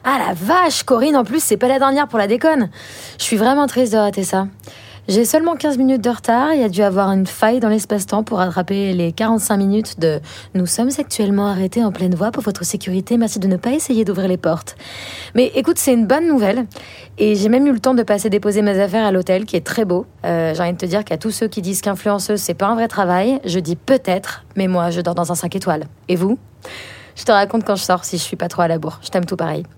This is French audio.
Ah la vache, Corinne, en plus, c'est pas la dernière pour la déconne. Je suis vraiment triste de rater ça. J'ai seulement 15 minutes de retard, il y a dû avoir une faille dans l'espace-temps pour rattraper les 45 minutes de « Nous sommes actuellement arrêtés en pleine voie pour votre sécurité, merci de ne pas essayer d'ouvrir les portes ». Mais écoute, c'est une bonne nouvelle. Et j'ai même eu le temps de passer déposer mes affaires à l'hôtel, qui est très beau. J'ai envie de te dire qu'à tous ceux qui disent qu'influenceuse, c'est pas un vrai travail, je dis peut-être, mais moi, je dors dans un 5 étoiles. Et vous ? Je te raconte quand je sors si je suis pas trop à la bourre. Je t'aime tout pareil.